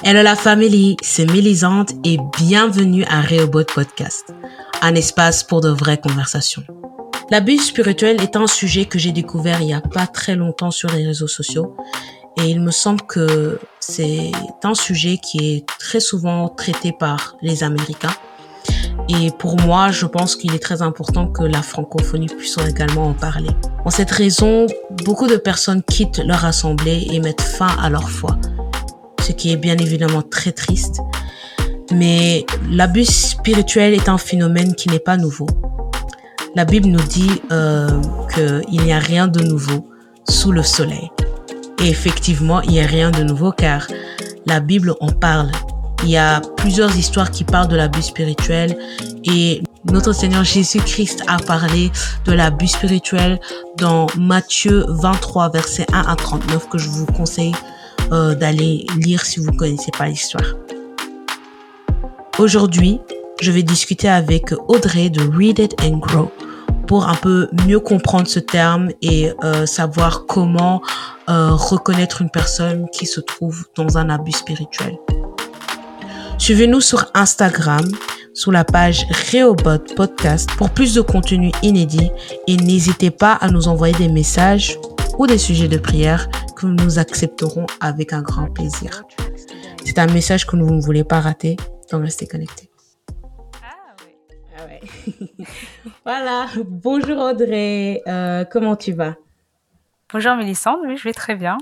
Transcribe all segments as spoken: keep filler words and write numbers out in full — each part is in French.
Hello la famille, c'est Mélisande et bienvenue à Rehoboth Podcast, un espace pour de vraies conversations. L'abus spirituel est un sujet que j'ai découvert il y a pas très longtemps sur les réseaux sociaux et il me semble que c'est un sujet qui est très souvent traité par les Américains. Et pour moi, je pense qu'il est très important que la francophonie puisse également en parler. Pour cette raison, beaucoup de personnes quittent leur assemblée et mettent fin à leur foi, ce qui est bien évidemment très triste. Mais l'abus spirituel est un phénomène qui n'est pas nouveau. La Bible nous dit euh, qu'il n'y a rien de nouveau sous le soleil. Et effectivement, il n'y a rien de nouveau car la Bible en parle. Il y a plusieurs histoires qui parlent de l'abus spirituel et notre Seigneur Jésus-Christ a parlé de l'abus spirituel dans Matthieu vingt-trois, versets un à trente-neuf que je vous conseille euh, d'aller lire si vous ne connaissez pas l'histoire. Aujourd'hui, je vais discuter avec Audrey de Read It and Grow pour un peu mieux comprendre ce terme et euh, savoir comment euh, reconnaître une personne qui se trouve dans un abus spirituel. Suivez-nous sur Instagram, sous la page Rehoboth Podcast pour plus de contenu inédit et n'hésitez pas à nous envoyer des messages ou des sujets de prière que nous accepterons avec un grand plaisir. C'est un message que vous ne voulez pas rater, donc restez connectés. Ah oui. Ah ouais. Voilà, bonjour Audrey, euh, comment tu vas? Bonjour Mélissande, oui, je vais très bien.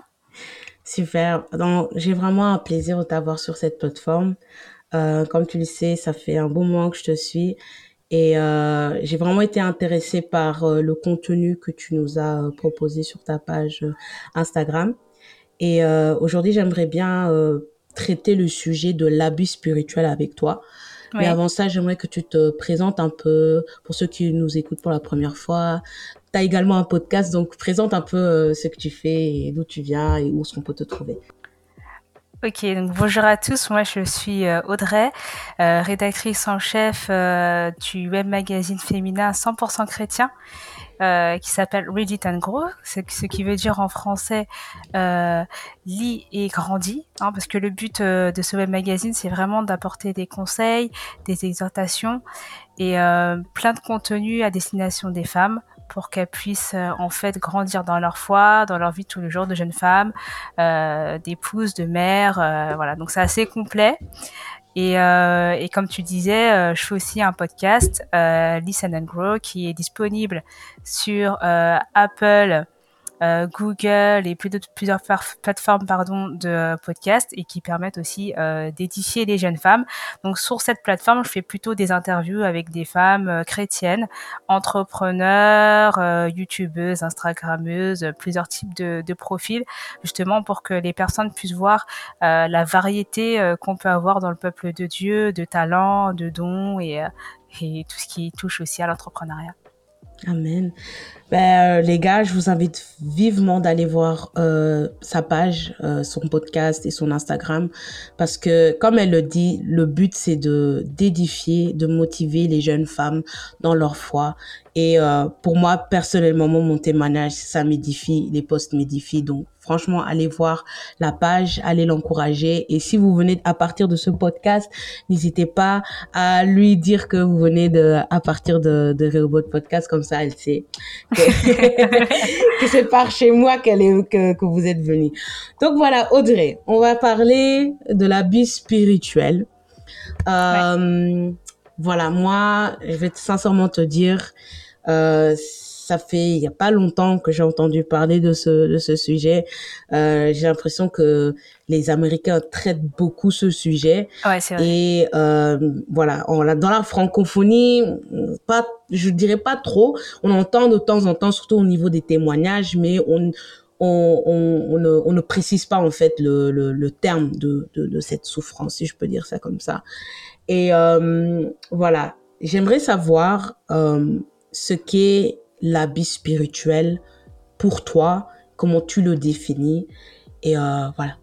Super, donc j'ai vraiment un plaisir de t'avoir sur cette plateforme. Euh, comme tu le sais, ça fait un bon moment que je te suis et euh, j'ai vraiment été intéressée par euh, le contenu que tu nous as euh, proposé sur ta page euh, Instagram. Et euh, aujourd'hui, j'aimerais bien euh, traiter le sujet de l'abus spirituel avec toi. Mais Oui. avant ça, j'aimerais que tu te présentes un peu pour ceux qui nous écoutent pour la première fois. Tu as également un podcast, donc présente un peu euh, ce que tu fais et d'où tu viens et où est-ce qu'on peut te trouver. Ok, donc bonjour à tous, moi je suis euh, Audrey, euh, rédactrice en chef euh, du web magazine féminin cent pour cent chrétien euh, qui s'appelle Read It and Grow, c'est ce qui veut dire en français euh, lis et grandis, hein, parce que le but euh, de ce web magazine c'est vraiment d'apporter des conseils, des exhortations et euh, plein de contenu à destination des femmes pour qu'elles puissent euh, en fait grandir dans leur foi, dans leur vie de tous les jours de jeunes femmes, euh, d'épouses, de mères, euh, voilà. Donc c'est assez complet. Et, euh, et comme tu disais, euh, je fais aussi un podcast, euh, Listen and Grow, qui est disponible sur euh, Apple, euh, Google et plus de, plusieurs par- plateformes pardon, de podcasts et qui permettent aussi euh, d'édifier les jeunes femmes. Donc sur cette plateforme, je fais plutôt des interviews avec des femmes euh, chrétiennes, entrepreneurs, euh, youtubeuses, instagrammeuses, plusieurs types de, de profils, justement pour que les personnes puissent voir euh, la variété euh, qu'on peut avoir dans le peuple de Dieu, de talents, de dons et, euh, et tout ce qui touche aussi à l'entrepreneuriat. Amen. Ben, euh, les gars, je vous invite vivement d'aller voir euh, sa page, euh, son podcast et son Instagram parce que, comme elle le dit, le but c'est de d'édifier, de motiver les jeunes femmes dans leur foi. Et euh, pour moi, personnellement, mon, mon témoignage, ça m'édifie, les posts m'édifient. Donc, franchement, allez voir la page, allez l'encourager. Et si vous venez à partir de ce podcast, n'hésitez pas à lui dire que vous venez de à partir de, de Rehoboth Podcast, comme ça, elle sait que, que c'est par chez moi qu'elle est, que, que vous êtes venue. Donc voilà, Audrey, on va parler de l'abus spirituel. Euh, ouais. Voilà, moi, je vais sincèrement te dire, euh, ça fait il y a pas longtemps que j'ai entendu parler de ce de ce sujet. Euh, j'ai l'impression que les Américains traitent beaucoup ce sujet. Ouais, c'est vrai. Et euh, voilà, on, dans la francophonie, pas, je dirais pas trop. On entend de temps en temps, surtout au niveau des témoignages, mais on on, on, on, ne, on ne précise pas en fait le, le, le terme de, de, de cette souffrance, si je peux dire ça comme ça. Et euh, voilà, j'aimerais savoir euh, ce qu'est l'abus spirituel pour toi, comment tu le définis, et euh, voilà.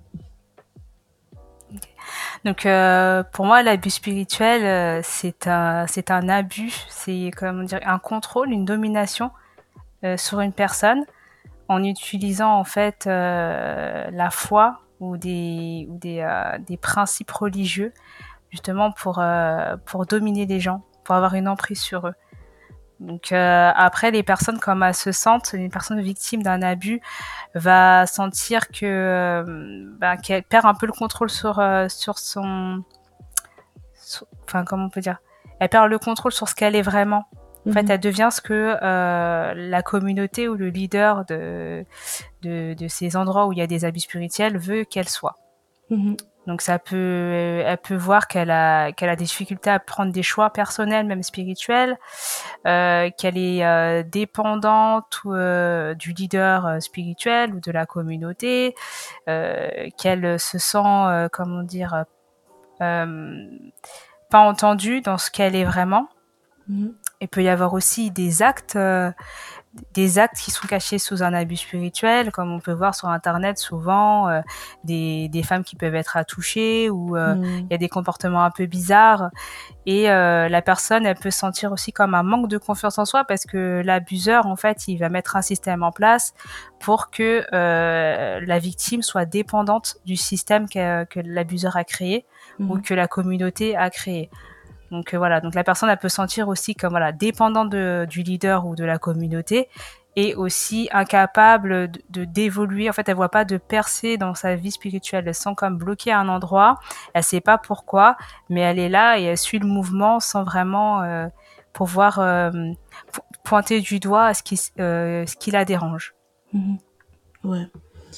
Donc euh, pour moi, l'abus spirituel, euh, c'est un, c'est un abus, c'est comment dire, un contrôle, une domination euh, sur une personne en utilisant en fait euh, la foi ou des ou des euh, des principes religieux, justement pour euh, pour dominer les gens, pour avoir une emprise sur eux. Donc euh, après, les personnes, comme elles se sentent, une personne victime d'un abus va sentir que euh, ben, qu'elle perd un peu le contrôle sur euh, sur son, sur- enfin comment on peut dire, elle perd le contrôle sur ce qu'elle est vraiment. En fait, Mhm. elle devient ce que euh, la communauté ou le leader de, de de ces endroits où il y a des abus spirituels veut qu'elle soit. Mhm. Donc ça peut, elle peut voir qu'elle a qu'elle a des difficultés à prendre des choix personnels, même spirituels, euh, qu'elle est euh, dépendante euh, du leader euh, spirituel ou de la communauté, euh, qu'elle se sent, euh, comment dire, euh, pas entendue dans ce qu'elle est vraiment. Mhm. Il peut y avoir aussi des actes euh, des actes qui sont cachés sous un abus spirituel, comme on peut voir sur Internet souvent, euh, des, des femmes qui peuvent être attouchées ou euh, il Mhm. y a des comportements un peu bizarres. Et euh, la personne, elle peut se sentir aussi comme un manque de confiance en soi parce que l'abuseur, en fait, il va mettre un système en place pour que euh, la victime soit dépendante du système que, que l'abuseur a créé ou Mhm. que la communauté a créé. Donc euh, voilà, donc la personne elle peut se sentir aussi comme voilà dépendante de, du leader ou de la communauté et aussi incapable de, de d'évoluer. En fait, elle voit pas de percée dans sa vie spirituelle. Elle se sent comme bloquée à un endroit. Elle sait pas pourquoi, mais elle est là et elle suit le mouvement sans vraiment euh, pouvoir euh, po- pointer du doigt ce qui euh, ce qui la dérange. Mhm. Ouais.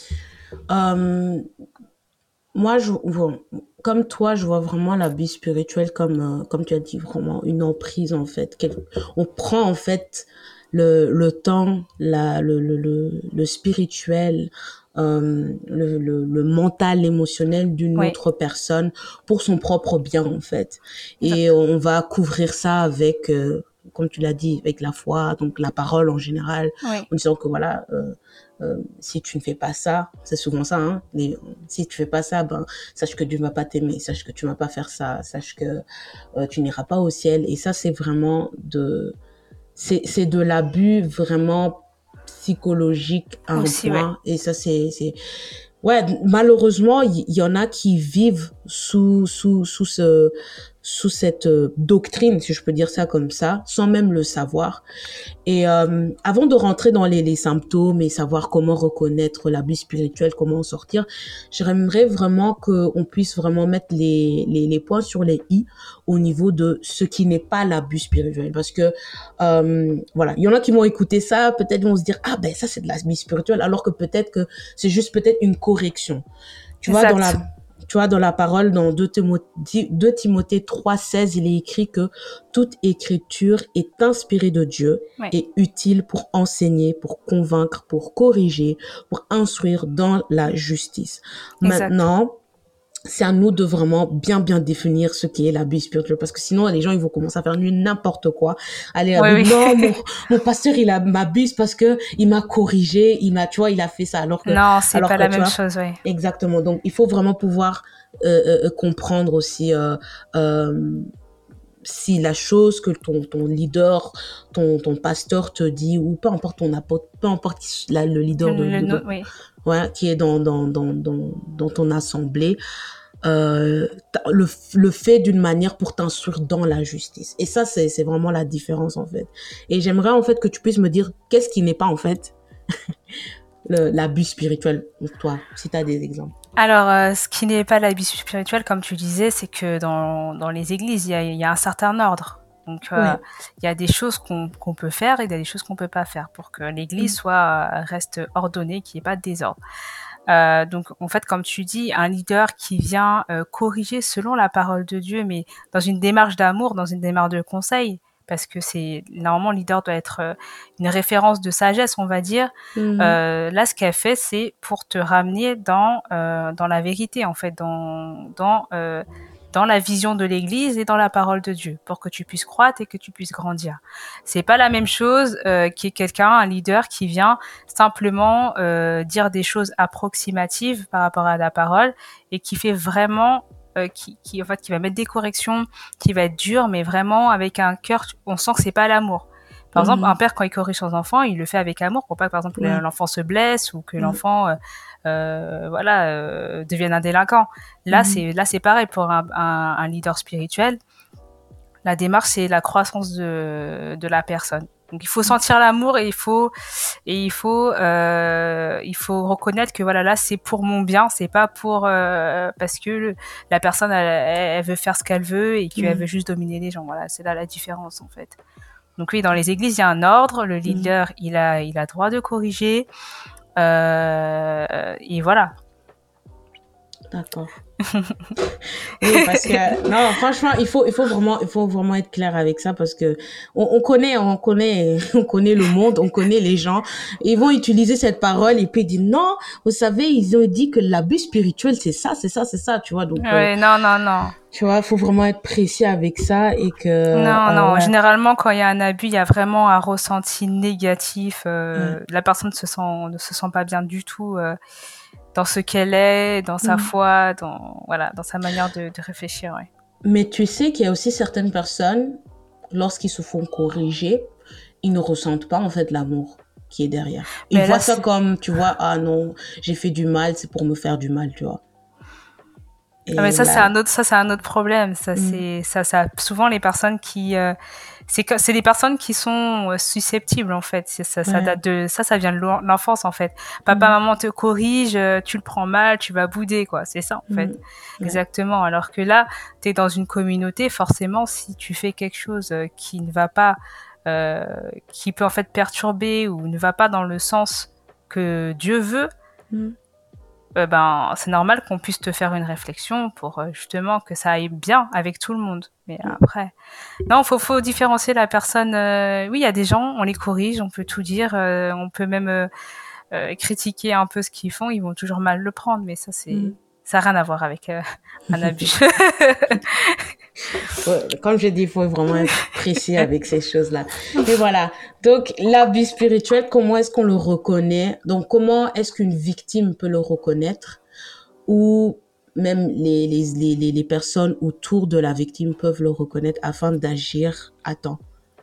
Euh, Moi, je, bon, comme toi, je vois vraiment l'abus spirituel comme, euh, comme tu as dit, vraiment une emprise, en fait. Quel- on prend, en fait, le, le temps, la, le, le, le, le spirituel, euh, le, le, le mental, l'émotionnel d'une Oui, autre personne pour son propre bien, en fait. Et exact. on va couvrir ça avec, euh, comme tu l'as dit, avec la foi, donc la parole en général, Oui, en disant que voilà, euh, euh, si tu ne fais pas ça, c'est souvent ça, hein, les, si tu fais pas ça, ben, sache que Dieu ne va pas t'aimer, sache que tu ne vas pas faire ça, sache que euh, tu n'iras pas au ciel. Et ça, c'est vraiment de, c'est, c'est de l'abus vraiment psychologique à un aussi, ouais. point. Et ça, c'est, c'est, ouais, malheureusement, il y, y en a qui vivent sous, sous, sous ce, sous cette euh, doctrine, si je peux dire ça comme ça, sans même le savoir. Et euh, avant de rentrer dans les, les symptômes et savoir comment reconnaître l'abus spirituel, comment en sortir, j'aimerais vraiment qu'on puisse vraiment mettre les, les, les points sur les i au niveau de ce qui n'est pas l'abus spirituel. Parce que, euh, voilà, il y en a qui vont écouter ça, peut-être vont se dire, ah ben ça c'est de l'abus spirituel, alors que peut-être que c'est juste peut-être une correction. Tu vois, dans la, Exact. tu vois, dans la parole, dans deux Timothée, deux Timothée trois seize, il est écrit que toute écriture est inspirée de Dieu Oui, et utile pour enseigner, pour convaincre, pour corriger, pour instruire dans la justice. exact. Maintenant, c'est à nous de vraiment bien bien définir ce qui est l'abus spirituel parce que sinon les gens ils vont commencer à faire du n'importe quoi, aller à la Oui, Bible, non oui. mon mon pasteur il a m'abuse parce que il m'a corrigé, il m'a tu vois il a fait ça alors que Non, c'est alors pas que la tu même vois chose, oui. exactement. Donc il faut vraiment pouvoir euh, euh, comprendre aussi euh, euh, si la chose que ton, ton leader, ton, ton pasteur te dit, ou peu importe ton apôtre, peu importe la, le leader de, Le, de, le, de- oui. ouais, qui est dans, dans, dans, dans, dans ton assemblée, euh, le, le fait d'une manière pour t'instruire dans la justice. Et ça, c'est, c'est vraiment la différence, en fait. Et j'aimerais, en fait, que tu puisses me dire qu'est-ce qui n'est pas, en fait, le, l'abus spirituel pour toi, si tu as des exemples. Alors, euh, ce qui n'est pas l'habit spirituel, comme tu disais, c'est que dans, dans les églises, il y a, il y a un certain ordre. Donc, euh, Ouais. il y a des choses qu'on qu'on peut faire et il y a des choses qu'on peut pas faire pour que l'église Mm. soit reste ordonnée, qu'il n'y ait pas de désordre. Euh, donc, en fait, comme tu dis, un leader qui vient euh, corriger selon la parole de Dieu, mais dans une démarche d'amour, dans une démarche de conseil, parce que c'est normalement le leader doit être euh, une référence de sagesse, on va dire. Mhm. Euh, là, ce qu'elle fait, c'est pour te ramener dans euh, dans la vérité, en fait, dans dans euh, dans la vision de l'Église et dans la parole de Dieu, pour que tu puisses croître et que tu puisses grandir. C'est pas la même chose euh, qui est quelqu'un, un leader qui vient simplement euh, dire des choses approximatives par rapport à la parole et qui fait vraiment euh, qui, qui en fait qui va mettre des corrections, qui va être dur, mais vraiment avec un cœur, on sent que c'est pas l'amour. Par exemple, un Mhm. père quand il corrige son enfant, il le fait avec amour pour pas que par exemple Ouais. l'enfant se blesse ou que Ouais. l'enfant euh, euh, voilà, euh, deviennent un délinquant. Là, Mhm. c'est là c'est pareil pour un, un, un leader spirituel. La démarche, c'est la croissance de, de la personne. Donc il faut sentir l'amour et il faut et il faut euh, il faut reconnaître que voilà là c'est pour mon bien, c'est pas pour euh, parce que le, la personne elle, elle veut faire ce qu'elle veut et qu'elle Mhm. veut juste dominer les gens. Voilà, c'est là la différence en fait. Donc oui, dans les églises il y a un ordre, le leader il a il a droit de corriger euh, et voilà. D'accord. Oui, parce que non, franchement, il faut, il faut vraiment, il faut vraiment être clair avec ça parce que on, on connaît, on connaît, on connaît le monde, on connaît les gens. Ils vont utiliser cette parole et puis dire non, vous savez, ils ont dit que l'abus spirituel c'est ça, c'est ça, c'est ça, tu vois. Donc, euh, Ouais, non non non. tu vois, il faut vraiment être précis avec ça et que Non, euh, non. ouais, Généralement, quand il y a un abus, il y a vraiment un ressenti négatif. ouais. Euh, la personne ne se sent, ne se sent pas bien du tout euh, dans ce qu'elle est, dans sa Mm. foi, dans voilà, dans sa manière de, de réfléchir. Ouais. Mais tu sais qu'il y a aussi certaines personnes, lorsqu'ils se font corriger, ils ne ressentent pas en fait l'amour qui est derrière. Ils Mais là, voient ça c'est comme, tu vois, ah non, j'ai fait du mal, c'est pour me faire du mal, tu vois. ah, mais Et ça, c'est là, un autre, ça, c'est un autre problème. Ça, mm, c'est ça, ça. Souvent, les personnes qui euh, c'est que c'est des personnes qui sont euh, susceptibles en fait. C'est ça, ça ouais, date de ça, ça vient de l'en- l'enfance en fait. Papa, mm, maman te corrige, euh, tu le prends mal, tu vas bouder quoi. C'est ça en mm, fait. ouais, Exactement. Alors que là, t'es dans une communauté, forcément, si tu fais quelque chose euh, qui ne va pas, euh, qui peut en fait perturber ou ne va pas dans le sens que Dieu veut, mm, euh, ben, c'est normal qu'on puisse te faire une réflexion pour euh, justement que ça aille bien avec tout le monde. Mais mm. après, non, faut, faut différencier la personne. Euh, oui, il y a des gens, on les corrige, on peut tout dire, euh, on peut même euh, euh, critiquer un peu ce qu'ils font, ils vont toujours mal le prendre, mais ça, c'est, Mm. ça n'a rien à voir avec euh, un abus. Ouais, comme je dis, il faut vraiment être précis avec ces choses-là. Mais voilà. Donc, l'abus spirituel, comment est-ce qu'on le reconnaît? Donc, comment est-ce qu'une victime peut le reconnaître? Ou même les, les, les, les les personnes autour de la victime peuvent le reconnaître afin d'agir à temps.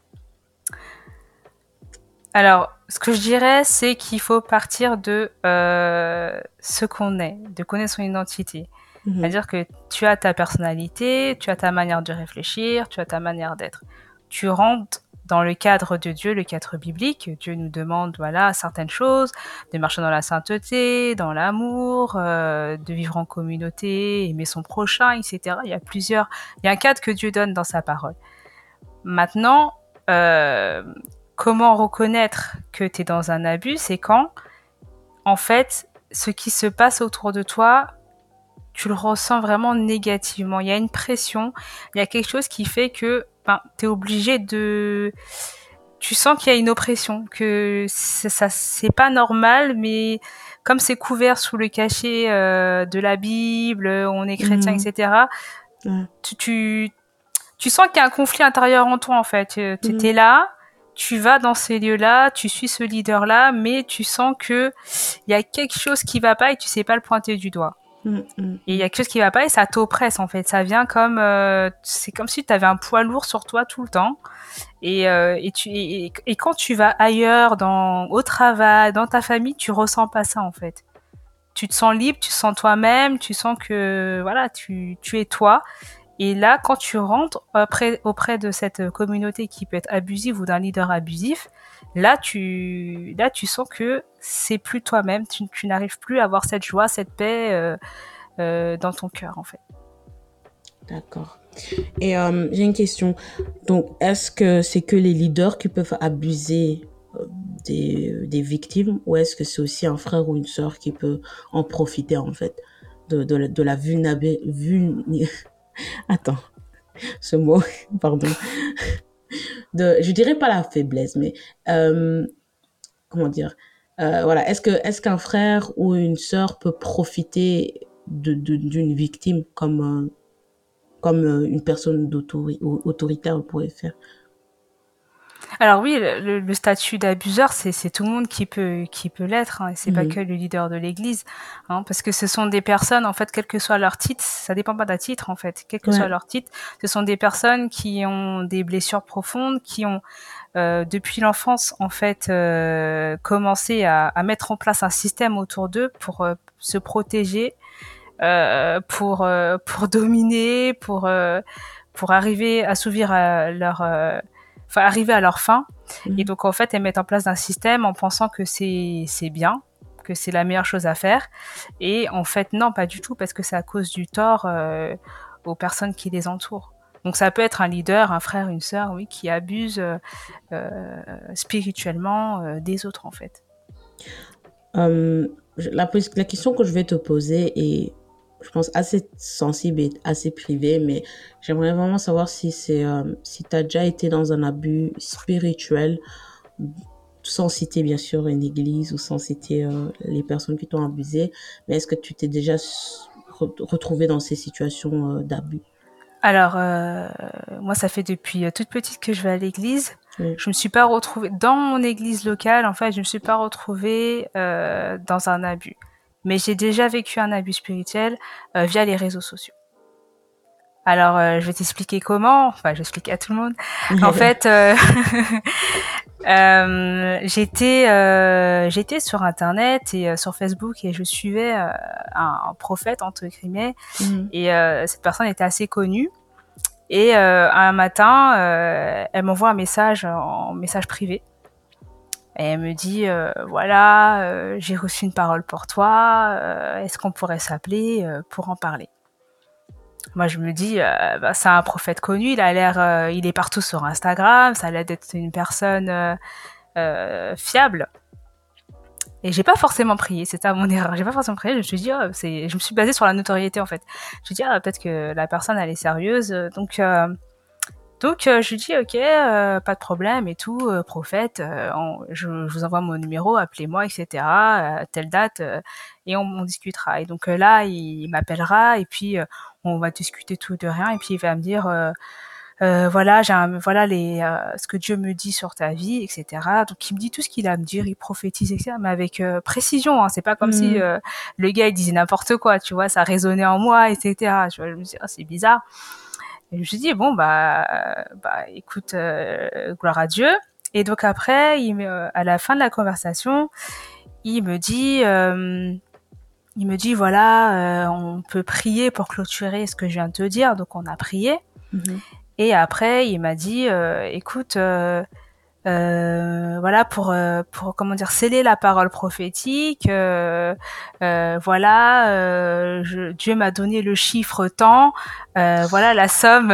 Alors, ce que je dirais, c'est qu'il faut partir de euh, ce qu'on est, de connaître son identité. Mhm. C'est-à-dire que tu as ta personnalité, tu as ta manière de réfléchir, tu as ta manière d'être. Tu rentres dans le cadre de Dieu, le cadre biblique. Dieu nous demande voilà certaines choses, de marcher dans la sainteté, dans l'amour, euh, de vivre en communauté, aimer son prochain, et cetera. Il y a plusieurs, il y a un cadre que Dieu donne dans sa parole. Maintenant, euh, comment reconnaître que tu es dans un abus? C'est quand, en fait, ce qui se passe autour de toi, tu le ressens vraiment négativement. Il y a une pression, il y a quelque chose qui fait que ben, tu es obligé de... Tu sens qu'il y a une oppression, que c'est, ça c'est pas normal, mais comme c'est couvert sous le cachet euh, de la Bible, on est chrétien, Mhm. et cetera, Ouais. tu, tu, tu sens qu'il y a un conflit intérieur en toi, en fait. Tu Mhm. es là, tu vas dans ces lieux-là, tu suis ce leader-là, mais tu sens que il y a quelque chose qui va pas et tu sais pas le pointer du doigt. Mhm. Mhm. Et il y a quelque chose qui va pas et ça t'oppresse en fait. Ça vient comme euh, c'est comme si tu avais un poids lourd sur toi tout le temps. Et, euh, et, tu, et, et quand tu vas ailleurs, dans, au travail, dans ta famille, tu ressens pas ça en fait. Tu te sens libre, tu te sens toi-même, tu sens que voilà, tu, tu es toi. Et là, quand tu rentres auprès, auprès de cette communauté qui peut être abusive ou d'un leader abusif, là tu, là, tu sens que c'est plus toi-même. Tu, tu n'arrives plus à avoir cette joie, cette paix. Euh, euh, dans ton cœur en fait. D'accord. Et euh, j'ai une question. Donc, est-ce que c'est que les leaders qui peuvent abuser euh, des, des victimes ou est-ce que c'est aussi un frère ou une sœur qui peut en profiter en fait de, de, la- de la vulnérabilité vul... Attends, ce mot, pardon. De, je dirais pas la faiblesse, mais euh, comment dire euh, voilà, est-ce que est-ce qu'un frère ou une sœur peut profiter de, de- d'une victime comme euh, comme euh, une personne d'autori- au- autoritaire pourrait faire? Alors oui, le, le statut d'abuseur, c'est, c'est tout le monde qui peut, qui peut l'être, hein, et c'est pas Mhm. que le leader de l'Église, hein, parce que ce sont des personnes, en fait, quel que soit leur titre, ça dépend pas d'un titre, en fait, quel que soit Ouais. leur titre, ce sont des personnes qui ont des blessures profondes, qui ont euh, depuis l'enfance, en fait, euh, commencé à, à mettre en place un système autour d'eux pour euh, se protéger, euh, pour euh, pour dominer, pour euh, pour arriver à assouvir à leur euh, enfin arriver à leur fin. Et Mhm. donc en fait, elles mettent en place un système en pensant que c'est c'est bien, que c'est la meilleure chose à faire. Et en fait, non, pas du tout, parce que c'est à cause du tort euh, aux personnes qui les entourent. Donc ça peut être un leader, un frère, une sœur, oui, qui abuse euh, euh, spirituellement euh, des autres en fait. Euh, je- la, pos- la question que je vais te poser est, je pense, assez sensible et assez privée, mais j'aimerais vraiment savoir si c'est, euh, si tu as déjà été dans un abus spirituel, sans citer bien sûr une église ou sans citer euh, les personnes qui t'ont abusé, mais est-ce que tu t'es déjà s- re- retrouvé dans ces situations euh, d'abus? Alors, euh, moi, ça fait depuis euh, toute petite que je vais à l'église. Oui. Je me suis pas retrouvée dans mon église locale. En fait, je me suis pas retrouvée euh, dans un abus. Mais j'ai déjà vécu un abus spirituel euh, via les réseaux sociaux. Alors, euh, je vais t'expliquer comment. Enfin, je vais expliquer à tout le monde. En fait, euh, euh, j'étais euh, j'étais sur Internet et euh, sur Facebook et je suivais euh, un, un prophète entre guillemets. Mhm. Et euh, cette personne était assez connue. Et euh, un matin, euh, elle m'envoie un message en message privé. Et elle me dit, euh, voilà, euh, j'ai reçu une parole pour toi, euh, est-ce qu'on pourrait s'appeler euh, pour en parler? Moi, je me dis, euh, bah, c'est un prophète connu, il a l'air, euh, il est partout sur Instagram, ça a l'air d'être une personne euh, euh, fiable. Et j'ai pas forcément prié, c'était mon erreur. J'ai pas forcément prié, je me suis dit, oh, c'est, je me suis basée sur la notoriété en fait. Je me suis dit, ah, peut-être que la personne elle est sérieuse, donc. Euh, Donc euh, je lui dis ok, euh, pas de problème et tout, euh, prophète, euh, on- je, je vous envoie mon numéro, appelez-moi, et cetera. À telle date euh, et on, on discutera. Et donc euh, là, il, il m'appellera et puis euh, on va discuter tout de rien et puis il va me dire euh, euh, voilà, j'ai un, voilà les euh, ce que Dieu me dit sur ta vie, et cetera. Donc il me dit tout ce qu'il a à me dire, il prophétise, et cetera. Mais avec euh, précision, hein, c'est pas comme si Mhm. euh, le gars il disait n'importe quoi, tu vois, ça résonnait en moi, et cetera. Tu vois, je me dis ah, c'est bizarre. Et je me suis dit, bon, bah, euh, bah écoute, euh, gloire à Dieu. Et donc après, il me, euh, à la fin de la conversation, il me dit, euh, il me dit, voilà, euh, on peut prier pour clôturer ce que je viens de te dire. Donc on a prié. Mhm. Et après, il m'a dit, euh, écoute, euh, euh, voilà pour euh, pour comment dire sceller la parole prophétique. Euh, euh, voilà, euh, je, Dieu m'a donné le chiffre tant. Euh, voilà la somme.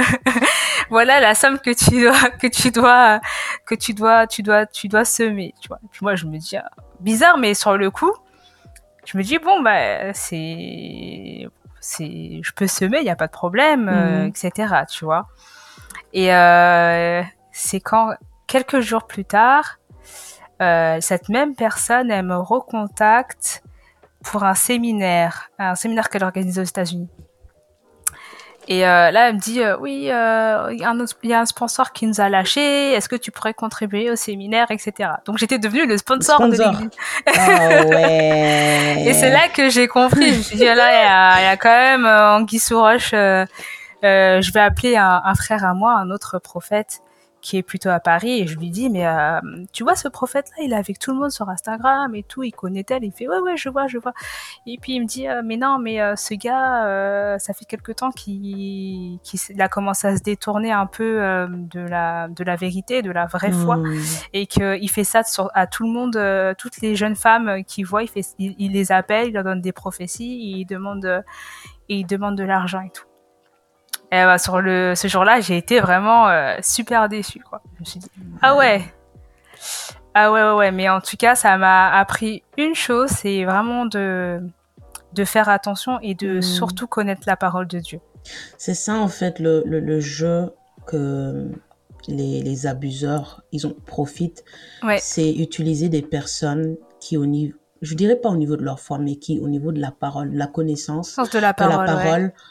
Voilà la somme que tu dois que tu dois que tu dois tu dois tu dois semer. Tu vois. Et puis moi je me dis ah, bizarre, mais sur le coup, je me dis bon bah c'est c'est je peux semer, il y a pas de problème, euh, Mhm. et cetera. Tu vois. Et euh, c'est quand, quelques jours plus tard, euh, cette même personne, elle me recontacte pour un séminaire, un séminaire qu'elle organise aux États-Unis. Et euh, là, elle me dit, euh, oui, euh, il y a un autre- il y a un sponsor qui nous a lâché, est-ce que tu pourrais contribuer au séminaire, et cetera. Donc j'étais devenue le sponsor de l'église. Sponsor. Ah Et c'est ouais. là que j'ai compris, je me suis dit, ah là, il y a, il y a quand même euh, Anguille sous roche, euh, euh, je vais appeler un, un frère à moi, un autre prophète qui est plutôt à Paris, et je lui dis mais euh, tu vois ce prophète là, il est avec tout le monde sur Instagram et tout, il connaît tel, il fait ouais ouais je vois je vois. Et puis il me dit euh, mais non mais euh, ce gars euh, ça fait quelque temps qu'il qu'il a commencé à se détourner un peu euh, de la de la vérité, de la vraie foi, Hmm. et qu'il fait ça sur, à tout le monde, euh, toutes les jeunes femmes qu'il voit, il fait il, il les appelle, il leur donne des prophéties, et il demande euh, et il demande de l'argent et tout. Et bah, sur le, ce jour-là, j'ai été vraiment euh, super déçue, quoi. Je me suis dit, ah ouais, ah ouais, ouais, ouais. Mais en tout cas, ça m'a appris une chose, c'est vraiment de, de faire attention et de Hmm. surtout connaître la parole de Dieu. C'est ça, en fait, le, le, le jeu que les, les abuseurs, ils en profitent. Ouais, C'est utiliser des personnes qui, au niveau, je dirais pas au niveau de leur foi, mais qui, au niveau de la parole, de la connaissance sens de la de la parole, ouais. parole,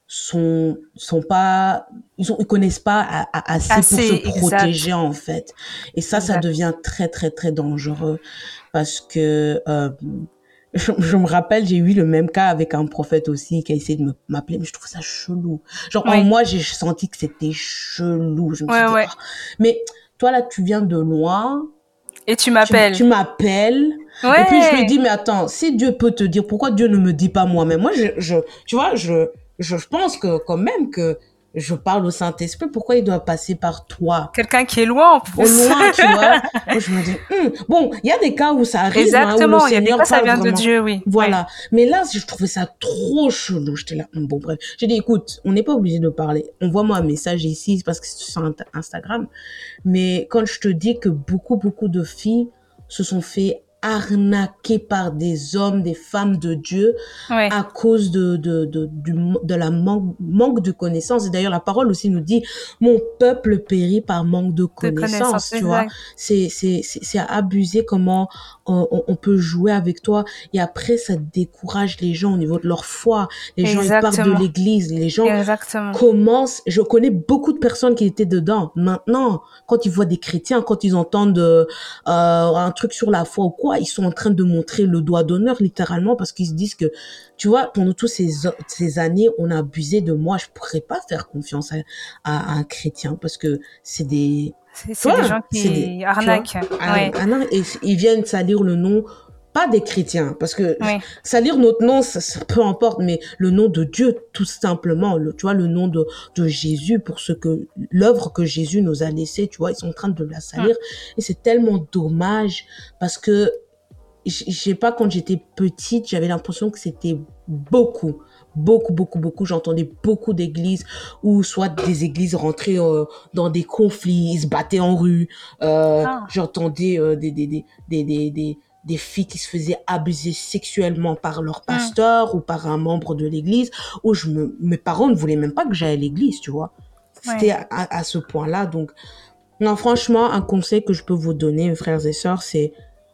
sont sont pas ils ont ils connaissent pas a- a- assez, Assez, pour se exact. protéger en fait, et ça ça Exact. devient très très très dangereux parce que euh, je, je me rappelle, j'ai eu le même cas avec un prophète aussi qui a essayé de me- m'appeler, mais je trouve ça chelou. Genre en Oui. moi j'ai senti que c'était chelou, je me suis Ouais, dit ouais. ah, mais toi là tu viens de loin, Et tu tu, m'appelles. tu m'appelles. Et puis je lui Ouais. dis, mais attends, si Dieu peut te dire, pourquoi Dieu ne me dit pas moi-même? Moi, je, je, tu vois, je, je pense que quand même que je parle au Saint-Esprit, pourquoi il doit passer par toi? Quelqu'un qui est loin en Au plus. loin, tu vois. Moi, je me dis, hum. Bon, il y a des cas où ça arrive, hein, où le Exactement. Il y a des Seigneur cas, ça parle vient de vraiment. Dieu, oui. Voilà. Mais là, je trouvais ça trop chelou. J'étais là, hum, bon, bref. J'ai dit, écoute, on n'est pas obligé de parler. Envoie-moi un message ici parce que c'est sur Instagram. Mais quand je te dis que beaucoup, beaucoup de filles se sont fait arnaquer par des hommes, des femmes de Dieu, Ouais. à cause de, de, de, du, de la manque, manque de connaissances. Et d'ailleurs, la parole aussi nous dit, mon peuple périt par manque de De connaissances, connaissances, tu vois. exact. C'est, c'est, c'est, c'est abuser comment on, on, on peut jouer avec toi. Et après, ça décourage les gens au niveau de leur foi. Les gens, ils partent de Exactement. l'église. Les gens Exactement. commencent. Je connais beaucoup de personnes qui étaient dedans. Maintenant, quand ils voient des chrétiens, quand ils entendent euh, un truc sur la foi ou quoi, ils sont en train de montrer le doigt d'honneur, littéralement, parce qu'ils se disent que, tu vois, pendant toutes ces, ces années, on a abusé de moi. Je pourrais pas faire confiance à, à, à un chrétien parce que c'est des... C'est, c'est des gens qui arnaquent. Ouais. Ah non, et ils viennent salir le nom, pas des chrétiens, parce que Oui. salir notre nom, ça, ça, peu importe, mais le nom de Dieu, tout simplement, le, tu vois, le nom de, de Jésus, pour ce que, l'œuvre que Jésus nous a laissée, tu vois, ils sont en train de la salir. Mm. Et c'est tellement dommage, parce que, je sais pas, quand j'étais petite, j'avais l'impression que c'était beaucoup, beaucoup, beaucoup, beaucoup. J'entendais beaucoup d'églises où soit des églises rentraient euh, dans des conflits, ils se battaient en rue. Euh, ah. J'entendais euh, des, des, des, des, des, des, des filles qui se faisaient abuser sexuellement par leur pasteur mmh. ou par un membre de l'église, où je me, mes parents ne voulaient même pas que j'aille à l'église, tu vois. C'était ouais. à, à ce point-là. Donc, non, franchement, un conseil que je peux vous donner, frères et sœurs, c'est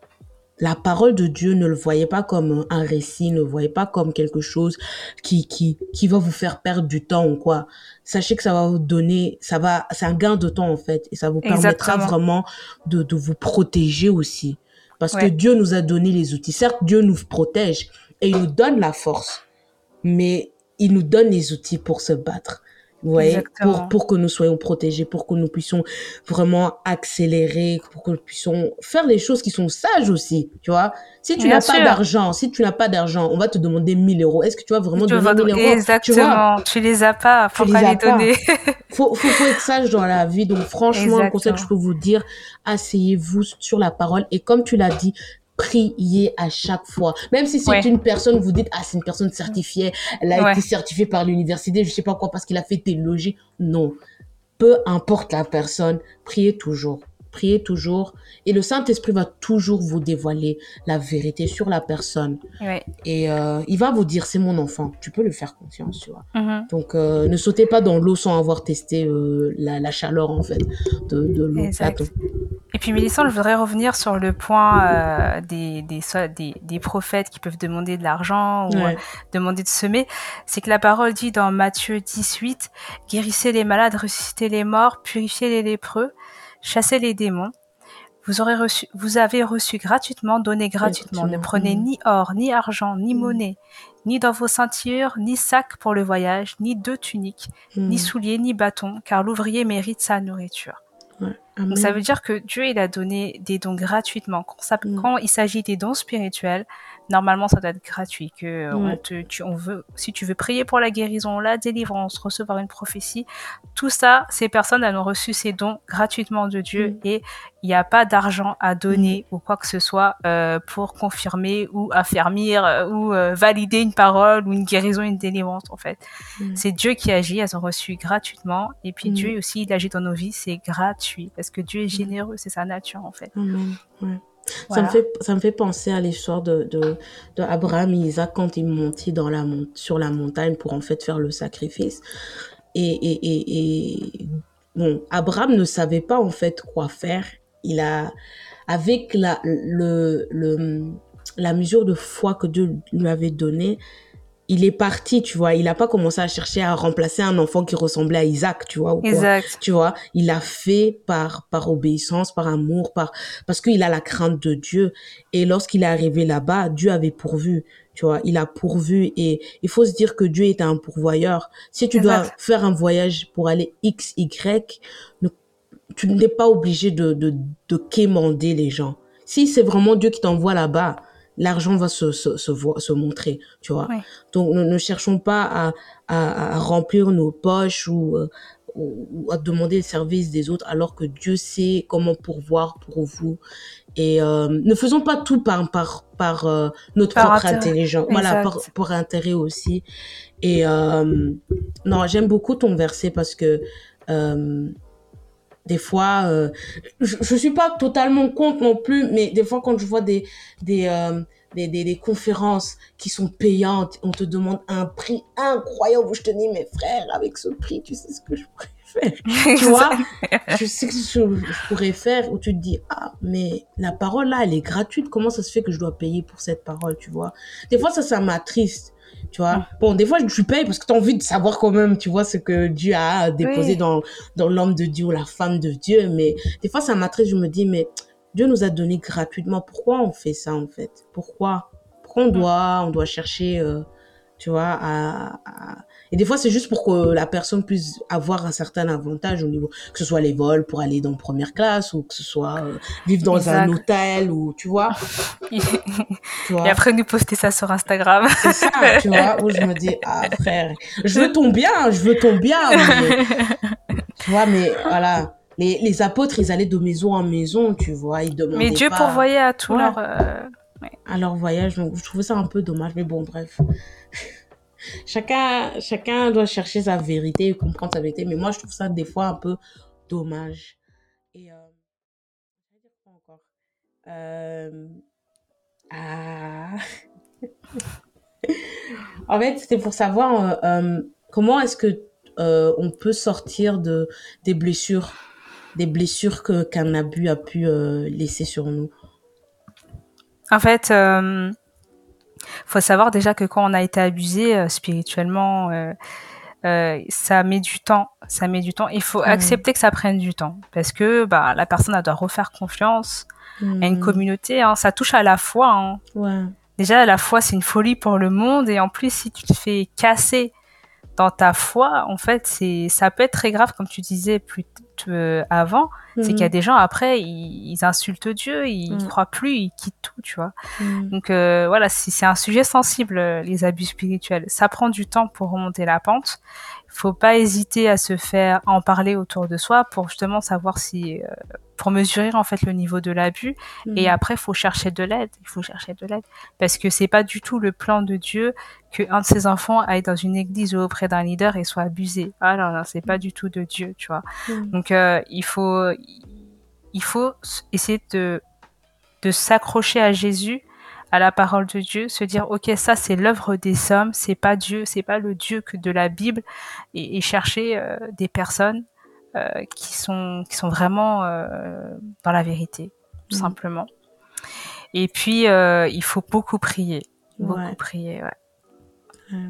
la parole de Dieu, ne le voyez pas comme un récit, ne le voyez pas comme quelque chose qui, qui, qui va vous faire perdre du temps ou quoi. Sachez que ça va vous donner, ça va, c'est un gain de temps en fait, et ça vous Exactement. permettra vraiment de, de vous protéger aussi. Parce ouais. que Dieu nous a donné les outils. Certes, Dieu nous protège et il nous donne la force, mais il nous donne les outils pour se battre. Ouais, pour, pour que nous soyons protégés, pour que nous puissions vraiment accélérer, pour que nous puissions faire les choses qui sont sages aussi, tu vois. Si tu Bien n'as sûr. pas d'argent, si tu n'as pas d'argent, on va te demander mille euros. Est-ce que tu vas vraiment tu donner mille euros? Exactement, tu, tu les as pas, faut pas les, les donner. faut, faut, faut être sage dans la vie. Donc franchement, Exactement. un conseil que je peux vous dire, asseyez-vous sur la parole et comme tu l'as dit, priez à chaque fois. Même si c'est ouais. une personne, vous dites, ah, c'est une personne certifiée, elle a ouais. été certifiée par l'université, je sais pas quoi, parce qu'il a fait théologie. Non. Peu importe la personne, priez toujours. Priez toujours. Et le Saint-Esprit va toujours vous dévoiler la vérité sur la personne. Ouais. Et euh, il va vous dire, c'est mon enfant. Tu peux lui faire confiance, tu vois. Mm-hmm. Donc, euh, ne sautez pas dans l'eau sans avoir testé euh, la, la chaleur, en fait, de, de l'eau. Exact. Et puis Mélissande, je voudrais revenir sur le point euh, des, des, des, des prophètes qui peuvent demander de l'argent ou ouais. euh, demander de semer. C'est que la parole dit dans Matthieu dix-huit, « Guérissez les malades, ressuscitez les morts, purifiez les lépreux, chassez les démons. Vous, aurez reçu, vous avez reçu gratuitement, donnez gratuitement. Ne prenez mmh. ni or, ni argent, ni mmh. monnaie, ni dans vos ceintures, ni sac pour le voyage, ni deux tuniques, mmh. ni souliers, ni bâtons, car l'ouvrier mérite sa nourriture. » Ouais. Donc ça veut dire que Dieu, il a donné des dons gratuitement. Quand, ça, mmh. quand il s'agit des dons spirituels, normalement, ça doit être gratuit. Que ouais. on te, tu, on veut, si tu veux prier pour la guérison, la délivrance, recevoir une prophétie, tout ça, ces personnes, elles ont reçu ces dons gratuitement de Dieu mmh. et il n'y a pas d'argent à donner mmh. ou quoi que ce soit euh, pour confirmer ou affermir euh, ou euh, valider une parole ou une guérison, une délivrance, en fait. Mmh. C'est Dieu qui agit, elles ont reçu gratuitement. Et puis mmh. Dieu aussi, il agit dans nos vies, c'est gratuit. Parce que Dieu est généreux, c'est sa nature, en fait. Amen. Ouais. Voilà. Ça me fait, ça me fait penser à l'histoire de, de, de Abraham et Isaac quand ils montaient dans la, sur la montagne pour en fait faire le sacrifice. Et, et, et, et bon, Abraham ne savait pas en fait quoi faire. Il a, avec la, le, le, la mesure de foi que Dieu lui avait donnée, il est parti, tu vois. Il n'a pas commencé à chercher à remplacer un enfant qui ressemblait à Isaac, tu vois, ou quoi. Exact. Tu vois, il a fait par, par obéissance, par amour, par, parce qu'il a la crainte de Dieu. Et lorsqu'il est arrivé là-bas, Dieu avait pourvu, tu vois. Il a pourvu et il faut se dire que Dieu est un pourvoyeur. Si tu dois Exact. faire un voyage pour aller X, Y, ne, tu n'es pas obligé de, de, de quémander les gens. Si c'est vraiment Dieu qui t'envoie là-bas, l'argent va se, se, se, vo- se montrer, tu vois. Oui. Donc, ne, ne cherchons pas à, à, à remplir nos poches ou, euh, ou, ou à demander le service des autres alors que Dieu sait comment pourvoir pour vous. Et euh, ne faisons pas tout par, par, par euh, notre Par propre intérêt. intelligence. Voilà, par, Exact. par intérêt aussi. Et euh, non, j'aime beaucoup ton verset parce que euh, des fois, euh, je, je suis pas totalement contre non plus, mais des fois quand je vois des des, euh, des, des des conférences qui sont payantes, on te demande un prix incroyable où je te dis mais frère, avec ce prix, tu sais ce que je pourrais faire, tu vois, je sais que je, je pourrais faire où tu te dis ah mais la parole là elle est gratuite, comment ça se fait que je dois payer pour cette parole, tu vois. Des fois ça ça m'attriste. Tu vois, bon, des fois, je paye parce que tu as envie de savoir quand même, tu vois, ce que Dieu a déposé Oui. dans, dans l'homme de Dieu ou la femme de Dieu. Mais des fois, ça m'attriste, je me dis, mais Dieu nous a donné gratuitement. Pourquoi on fait ça, en fait? Pourquoi? Pourquoi on doit, on doit chercher, euh, tu vois, à, à... Et des fois, c'est juste pour que la personne puisse avoir un certain avantage au niveau, que ce soit les vols pour aller dans première classe ou que ce soit euh, vivre dans un Exact. hôtel ou, tu vois, tu Et vois. après nous poster ça sur Instagram. C'est ça, tu vois, où je me dis, ah frère, je veux ton bien, je veux ton bien, mais, tu vois, mais voilà, les, les apôtres, ils allaient de maison en maison, tu vois, ils Mais demandaient Dieu pas, pourvoyait à tout ouais, leur... euh, ouais. à leur voyage, donc je trouvais ça un peu dommage, mais bon, bref. Chacun, chacun doit chercher sa vérité et comprendre sa vérité, mais moi, je trouve ça des fois un peu dommage. Et, euh, je vais dire quoi encore? Euh, ah, En fait, c'était pour savoir euh, euh, comment est-ce que euh, on peut sortir de des blessures, des blessures que qu'un abus a pu euh, laisser sur nous. En fait, euh, faut savoir déjà que quand on a été abusé euh, spirituellement, euh, euh, ça met du temps. Ça met du temps. Il faut Ouais. accepter que ça prenne du temps parce que bah, la personne elle doit refaire confiance à une Hmm. communauté. Hein. Ça touche à la foi. Hein. Ouais. Déjà, la foi, c'est une folie pour le monde. Et en plus, si tu te fais casser dans ta foi, en fait, c'est, ça peut être très grave, comme tu disais plus t- euh, avant. C'est qu'il y a Hmm. des gens, après, ils, ils insultent Dieu, ils Hmm. croient plus, ils quittent tout, tu vois. Hmm. Donc euh, voilà, c'est, c'est un sujet sensible, euh, les abus spirituels. Ça prend du temps pour remonter la pente. Il faut pas hésiter à se faire en parler autour de soi pour justement savoir si... Euh, pour mesurer en fait le niveau de l'abus. Et Hmm. après, il faut chercher de l'aide. Il faut chercher de l'aide. Parce que c'est pas du tout le plan de Dieu que un de ses enfants aille dans une église ou auprès d'un leader et soit abusé. Ah non, non, c'est pas du tout de Dieu, tu vois. Hmm. Donc euh, il faut il faut essayer de de s'accrocher à Jésus, à la parole de Dieu, se dire ok, ça c'est l'œuvre des hommes, c'est pas Dieu, c'est pas le Dieu que de la Bible, et, et chercher euh, des personnes euh, qui sont qui sont vraiment euh, dans la vérité, tout Hmm. simplement. Et puis euh, il faut beaucoup prier, beaucoup Ouais. prier, ouais. Ouais.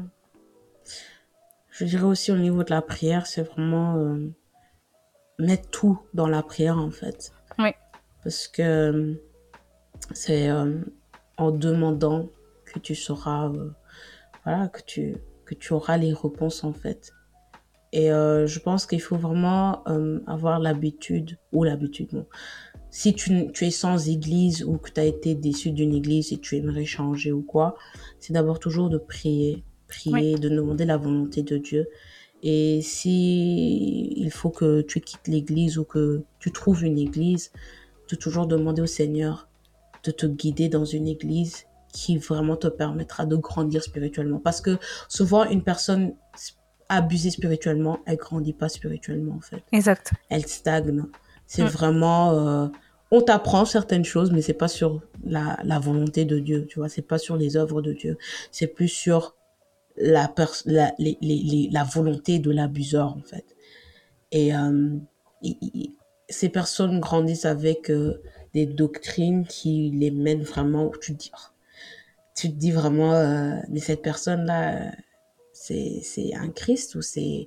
Je dirais aussi au niveau de la prière, c'est vraiment euh, mettre tout dans la prière en fait, Oui, parce que euh, c'est euh, en demandant que tu sauras, euh, voilà, que tu que tu auras les réponses en fait. Et euh, je pense qu'il faut vraiment euh, avoir l'habitude, ou l'habitude, non. Si tu, tu es sans église ou que tu as été déçu d'une église et tu aimerais changer ou quoi, c'est d'abord toujours de prier, oui, prier, de demander la volonté de Dieu. Et si il faut que tu quittes l'église ou que tu trouves une église, de toujours demander au Seigneur de te guider dans une église qui vraiment te permettra de grandir spirituellement. Parce que souvent, une personne abusée spirituellement, elle grandit pas spirituellement en fait. exact. Elle stagne. C'est Mm. vraiment... euh, on t'apprend certaines choses, mais c'est pas sur la, la volonté de Dieu, tu vois. C'est pas sur les œuvres de Dieu. C'est plus sur la, pers- la, les, les, les, la volonté de l'abuseur en fait. Et euh, il, il, ces personnes grandissent avec euh, des doctrines qui les mènent vraiment où tu te dis, oh, tu te dis vraiment, euh, mais cette personne-là, euh, c'est, c'est un Christ ou c'est,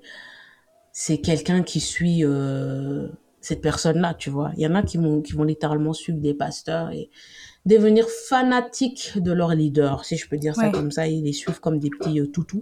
c'est quelqu'un qui suit euh, cette personne-là, tu vois. Il y en a qui vont, qui vont littéralement suivre des pasteurs et devenir fanatiques de leur leader, si je peux dire ça Oui. comme ça. Ils les suivent comme des petits euh, toutous.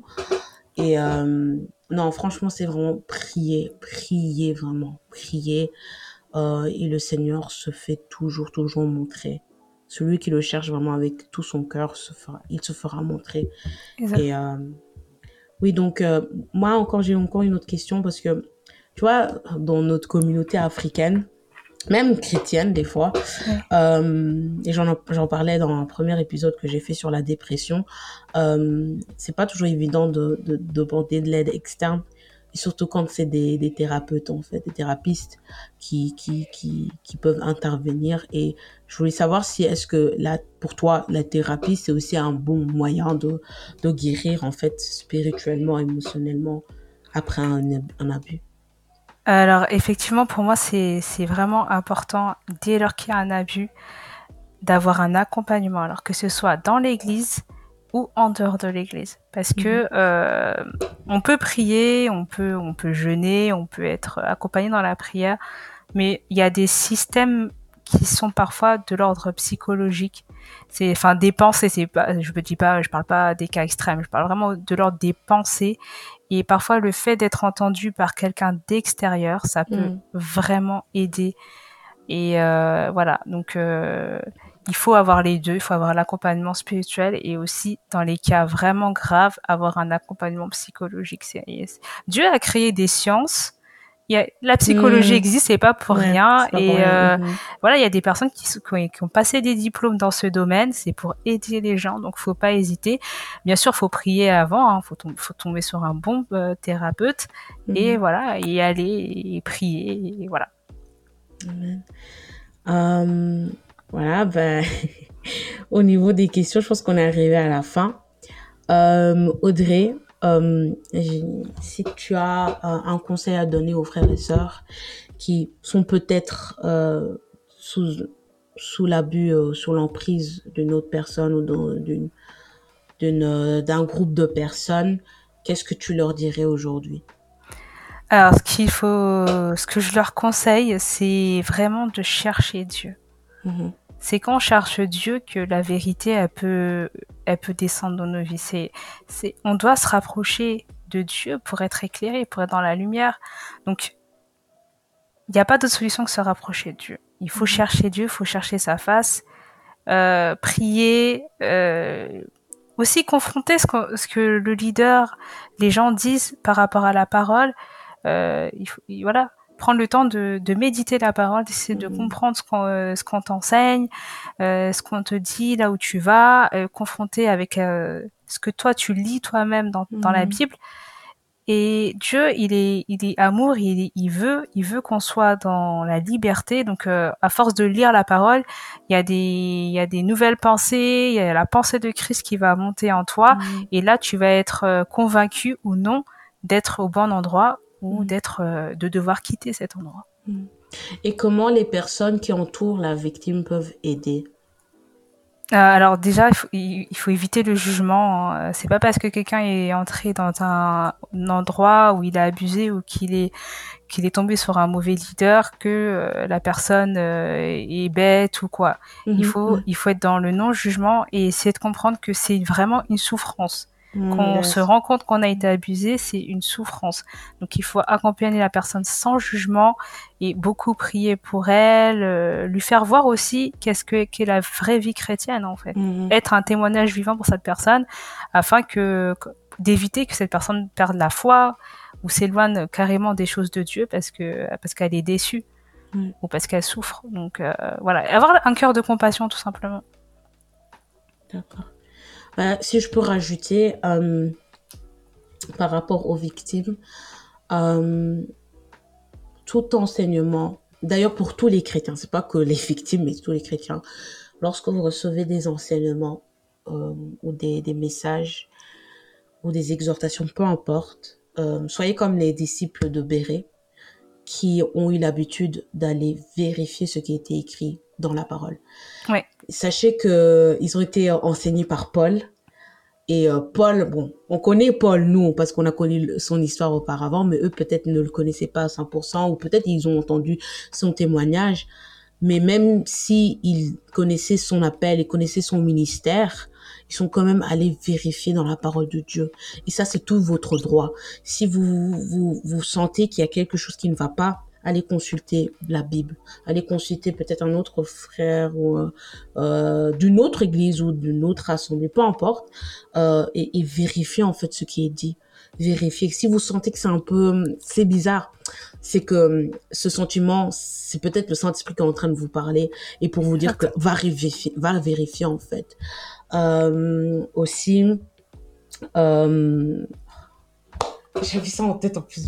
Et euh, non, franchement, c'est vraiment prier, prier vraiment, prier. Euh, et le Seigneur se fait toujours, toujours montrer. Celui qui le cherche vraiment avec tout son cœur, se fera, il se fera montrer. Exact. Et euh, oui, donc euh, moi encore, j'ai encore une autre question parce que, tu vois, dans notre communauté africaine, même chrétienne des fois, Oui. euh, et j'en, j'en parlais dans un premier épisode que j'ai fait sur la dépression, euh, c'est pas toujours évident de, de, de demander de l'aide externe, et surtout quand c'est des, des thérapeutes, en fait, des thérapistes qui, qui, qui, qui peuvent intervenir. Et je voulais savoir si est-ce que là, pour toi, la thérapie, c'est aussi un bon moyen de, de guérir, en fait, spirituellement, émotionnellement, après un, un abus. Alors effectivement, pour moi, c'est c'est vraiment important, dès lors qu'il y a un abus, d'avoir un accompagnement, alors que ce soit dans l'église ou en dehors de l'église. Parce que euh, on peut prier, on peut, on peut jeûner, on peut être accompagné dans la prière, mais il y a des systèmes qui sont parfois de l'ordre psychologique. C'est, enfin, des pensées, c'est pas, je me dis pas, je parle pas des cas extrêmes, je parle vraiment de l'ordre des pensées. Et parfois, le fait d'être entendu par quelqu'un d'extérieur, ça peut Mm. vraiment aider. Et euh, voilà, donc euh, il faut avoir les deux, il faut avoir l'accompagnement spirituel et aussi, dans les cas vraiment graves, avoir un accompagnement psychologique. C'est, Dieu a créé des sciences. Il y a, la psychologie Mm. existe, c'est pas pour Ouais, rien. c'est pas pour Et rien. euh, Mm-hmm. voilà, il y a des personnes qui, qui, ont, qui ont passé des diplômes dans ce domaine. C'est pour aider les gens, donc faut pas hésiter. Bien sûr, faut prier avant. Hein, faut, tom- faut tomber sur un bon euh, thérapeute et Mm-hmm. voilà, y aller et prier. Et voilà. Amen. Euh, voilà, ben, au niveau des questions, je pense qu'on est arrivé à la fin. Euh, Audrey, euh, j'ai- si tu as euh, un conseil à donner aux frères et sœurs qui sont peut-être euh, sous, sous l'abus, euh, sous l'emprise d'une autre personne ou d'un- d'une, d'une, euh, d'un groupe de personnes, qu'est-ce que tu leur dirais aujourd'hui? Alors, ce qu'il faut, ce que je leur conseille, c'est vraiment de chercher Dieu. Mhm. C'est quand on cherche Dieu que la vérité, elle peut, elle peut descendre dans nos vies. C'est, c'est, on doit se rapprocher de Dieu pour être éclairé, pour être dans la lumière. Donc, il n'y a pas d'autre solution que se rapprocher de Dieu. Il faut Mhm. chercher Dieu, il faut chercher sa face, euh, prier, euh, aussi confronter ce que, ce que le leader, les gens disent par rapport à la parole. Euh, il faut, il, voilà, prendre le temps de, de méditer la parole, d'essayer de Mhm. comprendre ce qu'on, euh, ce qu'on t'enseigne, euh, ce qu'on te dit, là où tu vas, euh, confronter avec euh, ce que toi tu lis toi-même dans, dans la Mhm. Bible. Et Dieu, il est, il est amour, il, est, il veut, il veut qu'on soit dans la liberté. Donc, euh, à force de lire la parole, il y a des, il y a des nouvelles pensées, il y a la pensée de Christ qui va monter en toi. Mhm. Et là, tu vas être euh, convaincu ou non d'être au bon endroit ou Mhm. d'être, euh, de devoir quitter cet endroit. Mhm. Et comment les personnes qui entourent la victime peuvent aider? Euh, alors déjà, il faut, il faut éviter le jugement. Hein. C'est pas parce que quelqu'un est entré dans un, un endroit où il a abusé ou qu'il est qu'il est tombé sur un mauvais leader que euh, la personne euh, est bête ou quoi. Il Mhm. faut Mhm. il faut être dans le non-jugement et essayer de comprendre que c'est vraiment une souffrance. Quand Mhm. on se Yes. rend compte qu'on a été abusé, c'est une souffrance. Donc il faut accompagner la personne sans jugement et beaucoup prier pour elle, euh, lui faire voir aussi qu'est-ce que qu'est la vraie vie chrétienne en fait. Mhm. Être un témoignage vivant pour cette personne afin que, que d'éviter que cette personne perde la foi ou s'éloigne carrément des choses de Dieu parce que parce qu'elle est déçue Mhm. ou parce qu'elle souffre. Donc euh, voilà, avoir un cœur de compassion tout simplement. D'accord. Bah, si je peux rajouter euh, par rapport aux victimes, euh, tout enseignement, d'ailleurs pour tous les chrétiens, c'est pas que les victimes, mais tous les chrétiens, lorsque vous recevez des enseignements euh, ou des, des messages ou des exhortations, peu importe, euh, soyez comme les disciples de Bérée qui ont eu l'habitude d'aller vérifier ce qui était écrit dans la parole. Ouais. sachez que ils ont été enseignés par Paul. Et euh, Paul, bon, on connaît Paul, nous, parce qu'on a connu son histoire auparavant, mais eux, peut-être, ne le connaissaient pas à cent pour cent, ou peut-être ils ont entendu son témoignage. Mais même si ils connaissaient son appel et connaissaient son ministère, ils sont quand même allés vérifier dans la parole de Dieu. Et ça, c'est tout votre droit. Si vous, vous, vous sentez qu'il y a quelque chose qui ne va pas, allez consulter la Bible. Allez consulter peut-être un autre frère ou euh, d'une autre église ou d'une autre assemblée, peu importe, euh, et, et vérifier en fait ce qui est dit. Vérifier. Si vous sentez que c'est un peu, c'est bizarre, c'est que ce sentiment, c'est peut-être le Saint-Esprit qui est en train de vous parler et pour vous dire que va vérifier, va vérifier en fait. Euh, aussi, euh, j'avais ça en tête en plus.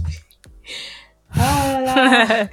Ah là.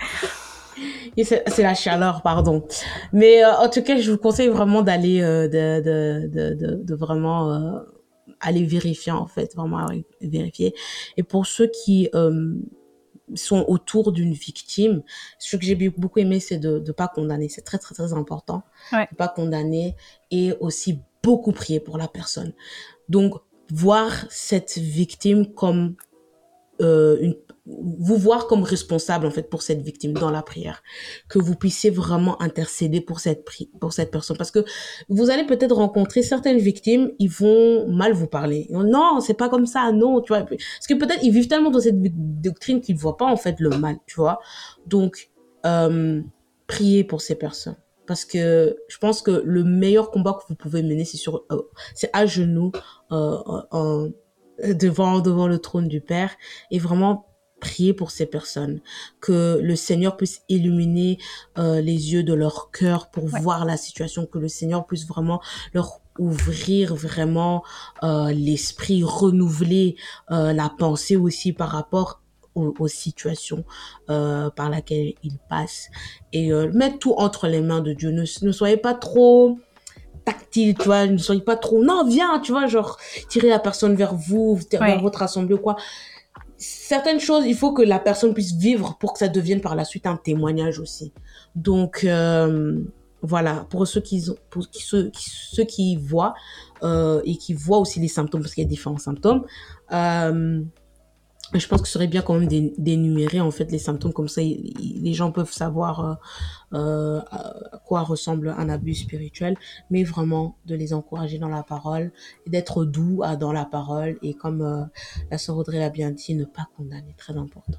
Et c'est, c'est la chaleur, pardon. Mais euh, en tout cas, je vous conseille vraiment d'aller, euh, de, de, de, de, de vraiment euh, aller vérifier en fait, vraiment vérifier. Et pour ceux qui euh, sont autour d'une victime, ce que j'ai beaucoup aimé, c'est de ne pas condamner. C'est très, très, très important. Ouais. De pas condamner et aussi beaucoup prier pour la personne. Donc, voir cette victime comme euh, une vous voir comme responsable en fait pour cette victime dans la prière, que vous puissiez vraiment intercéder pour cette pri- pour cette personne, parce que vous allez peut-être rencontrer certaines victimes, ils vont mal vous parler, ils vont, non c'est pas comme ça, non, tu vois, parce que peut-être ils vivent tellement dans cette doctrine qu'ils voient pas en fait le mal, tu vois. Donc euh, priez pour ces personnes, parce que je pense que le meilleur combat que vous pouvez mener c'est sur euh, c'est à genoux euh, euh, devant devant le trône du Père et vraiment prier pour ces personnes, que le Seigneur puisse illuminer euh, les yeux de leur cœur pour ouais. voir la situation, que le Seigneur puisse vraiment leur ouvrir vraiment euh, l'esprit, renouveler euh, la pensée aussi par rapport aux, aux situations euh, par laquelle ils passent et euh, mettre tout entre les mains de Dieu. Ne, ne soyez pas trop tactile, tu vois, ne soyez pas trop, non, viens, tu vois, genre, tirer la personne vers vous, vers ouais. votre assemblée ou quoi. Certaines choses, il faut que la personne puisse vivre pour que ça devienne par la suite un témoignage aussi. Donc, euh, voilà, pour ceux qui, pour ceux, ceux qui voient euh, et qui voient aussi les symptômes, parce qu'il y a différents symptômes, euh, je pense que ce serait bien quand même d'énumérer en fait les symptômes, comme ça il, il, les gens peuvent savoir euh, euh, à quoi ressemble un abus spirituel, mais vraiment de les encourager dans la parole et d'être doux à, dans la parole et comme euh, la sœur Audrey l'a bien dit, ne pas condamner, très important.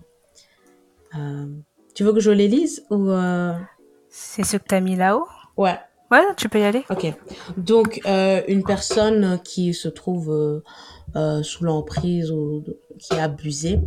Euh, tu veux que je les lise ou euh... C'est ce que tu as mis là-haut? Ouais. Ouais, tu peux y aller. Ok. Donc, euh, une personne qui se trouve euh, euh, sous l'emprise ou qui est abusée,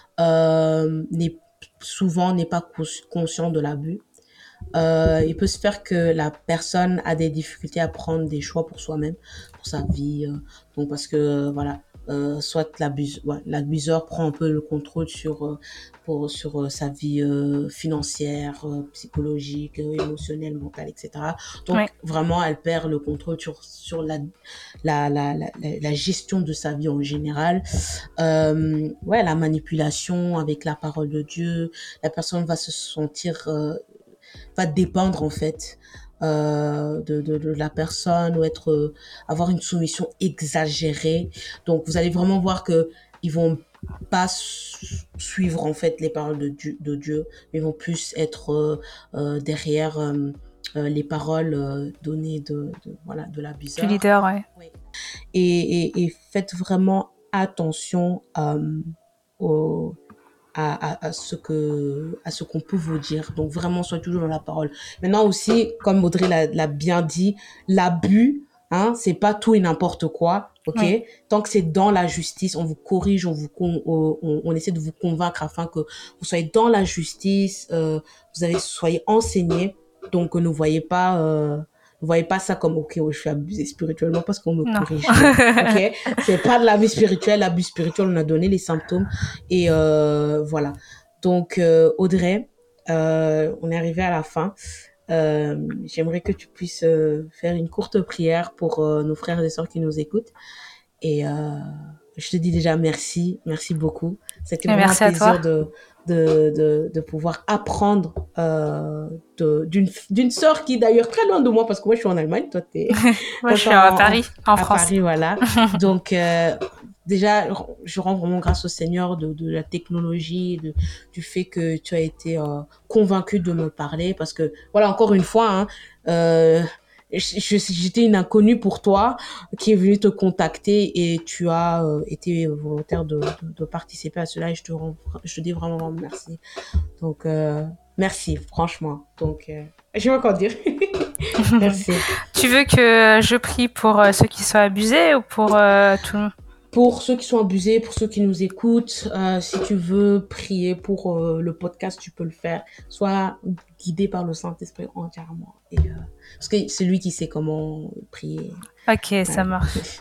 euh, n'est, souvent n'est pas conscient de l'abus. Euh, il peut se faire que la personne a des difficultés à prendre des choix pour soi-même, pour sa vie. Euh, donc, parce que, euh, voilà, euh, soit l'abuse, ouais, l'abuseur prend un peu le contrôle sur, euh, pour, sur euh, sa vie euh, financière, euh, psychologique, euh, émotionnelle, mentale, et cetera. Donc, ouais. vraiment, elle perd le contrôle sur, sur la, la, la, la, la gestion de sa vie en général. Euh, ouais, la manipulation avec la parole de Dieu. La personne va se sentir... Euh, va dépendre en fait euh, de, de, de la personne ou être euh, avoir une soumission exagérée. Donc vous allez vraiment voir que ils vont pas suivre en fait les paroles de Dieu, de Dieu mais vont plus être euh, euh, derrière euh, euh, les paroles euh, données de, de voilà de l'abuseur. Du leader, ouais. Oui. Et, et, et faites vraiment attention euh, aux À, à, à ce que à ce qu'on peut vous dire. Donc vraiment, soyez toujours dans la parole. Maintenant aussi, comme Audrey l'a, l'a bien dit, l'abus, hein, c'est pas tout et n'importe quoi, ok. Oui. Tant que c'est dans la justice, on vous corrige, on vous on, on, on essaie de vous convaincre afin que vous soyez dans la justice, euh, vous avez soyez enseigné. Donc ne voyez pas euh, ne voyez pas ça comme ok, je suis abusée spirituellement parce qu'on me non. corrige. Ok, c'est pas de l'abus spirituel. L'abus spirituel, on a donné les symptômes et euh, voilà. Donc euh, Audrey, euh, on est arrivé à la fin. Euh, j'aimerais que tu puisses euh, faire une courte prière pour euh, nos frères et sœurs qui nous écoutent. Et euh, je te dis déjà merci, merci beaucoup. C'était vraiment un plaisir de de, de, de pouvoir apprendre euh, de, d'une, d'une sœur qui est d'ailleurs très loin de moi parce que moi je suis en Allemagne, toi t'es, Moi, toi, je t'es suis à en, en- Paris, en à France. Paris, voilà. Donc euh, déjà, je rends vraiment grâce au Seigneur de, de la technologie, de, du fait que tu as été euh, convaincu de me parler parce que voilà, encore une fois, hein, euh, je- je- j'étais une inconnue pour toi qui est venue te contacter et tu as euh, été volontaire de, de, de participer à cela et je te rends, je te dis vraiment, vraiment merci. Donc, euh, merci, franchement. Donc, euh, je vais encore dire. Merci. Tu veux que je prie pour euh, ceux qui sont abusés ou pour euh, tout le monde? Pour ceux qui sont abusés, pour ceux qui nous écoutent, euh, si tu veux prier pour euh, le podcast, tu peux le faire. Sois guidé par le Saint-Esprit entièrement. Et, euh, parce que c'est lui qui sait comment prier. Ok, ça Ouais. marche.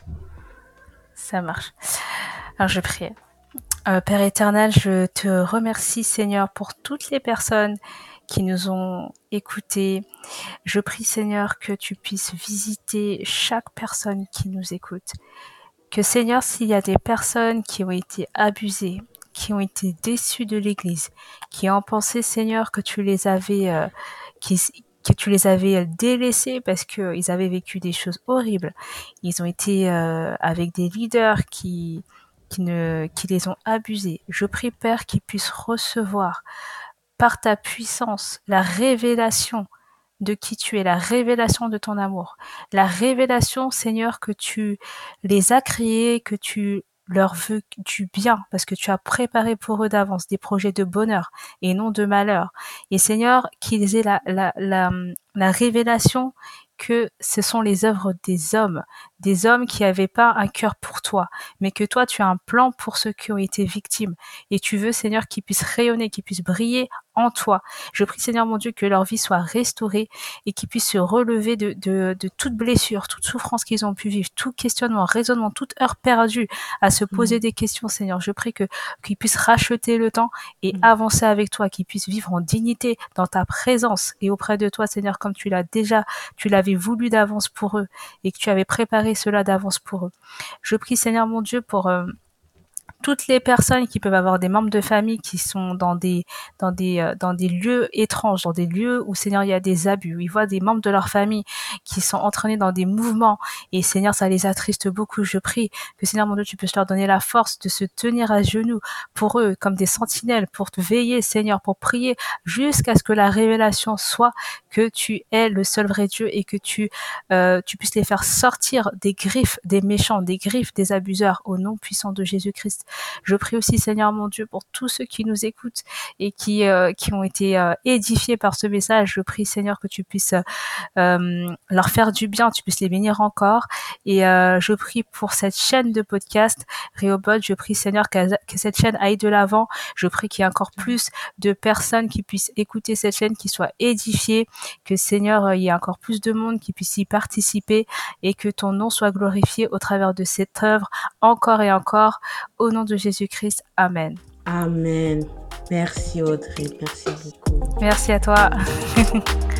Ça marche. Alors, je prie. Euh, Père éternel, je te remercie, Seigneur, pour toutes les personnes qui nous ont écoutés. Je prie, Seigneur, que tu puisses visiter chaque personne qui nous écoute. Que, Seigneur, s'il y a des personnes qui ont été abusées, qui ont été déçues de l'Église, qui ont pensé, Seigneur, que tu les avais, euh, qui, que tu les avais délaissés parce qu'ils avaient vécu des choses horribles. Ils ont été euh, avec des leaders qui, qui, ne, qui les ont abusés. Je prie, Père, qu'ils puissent recevoir par ta puissance la révélation de qui tu es, la révélation de ton amour, la révélation, Seigneur, que tu les as créés, que tu leur veux du bien, parce que tu as préparé pour eux d'avance des projets de bonheur et non de malheur. Et Seigneur, qu'ils aient la, la, la, la révélation que ce sont les œuvres des hommes, des hommes qui n'avaient pas un cœur pour toi, mais que toi, tu as un plan pour ceux qui ont été victimes. Et tu veux, Seigneur, qu'ils puissent rayonner, qu'ils puissent briller en toi. Je prie, Seigneur mon Dieu, que leur vie soit restaurée et qu'ils puissent se relever de, de, de toute blessure, toute souffrance qu'ils ont pu vivre, tout questionnement, raisonnement, toute heure perdue à se poser Mm. des questions, Seigneur. Je prie que qu'ils puissent racheter le temps et Mm. avancer avec toi, qu'ils puissent vivre en dignité dans ta présence et auprès de toi, Seigneur, comme tu l'as déjà, tu l'avais voulu d'avance pour eux et que tu avais préparé cela d'avance pour eux. Je prie, Seigneur mon Dieu, pour euh, toutes les personnes qui peuvent avoir des membres de famille qui sont dans des dans des euh, dans des lieux étranges, dans des lieux où, Seigneur, il y a des abus, où ils voient des membres de leur famille qui sont entraînés dans des mouvements et, Seigneur, ça les attriste beaucoup. Je prie que, Seigneur mon Dieu, tu puisses leur donner la force de se tenir à genoux pour eux comme des sentinelles, pour te veiller, Seigneur, pour prier jusqu'à ce que la révélation soit que tu es le seul vrai Dieu et que tu euh, tu puisses les faire sortir des griffes des méchants, des griffes des abuseurs au nom puissant de Jésus-Christ. Je prie aussi, Seigneur mon Dieu, pour tous ceux qui nous écoutent et qui, euh, qui ont été euh, édifiés par ce message. Je prie, Seigneur, que tu puisses euh, leur faire du bien, tu puisses les bénir encore. Et euh, je prie pour cette chaîne de podcast, Rehoboth. Je prie, Seigneur, que, que cette chaîne aille de l'avant. Je prie qu'il y ait encore plus de personnes qui puissent écouter cette chaîne, qui soient édifiées, que, Seigneur, il y ait encore plus de monde qui puisse y participer et que ton nom soit glorifié au travers de cette œuvre encore et encore. Au nom de Jésus-Christ, Amen. Amen. Merci Audrey, merci beaucoup. Merci à toi.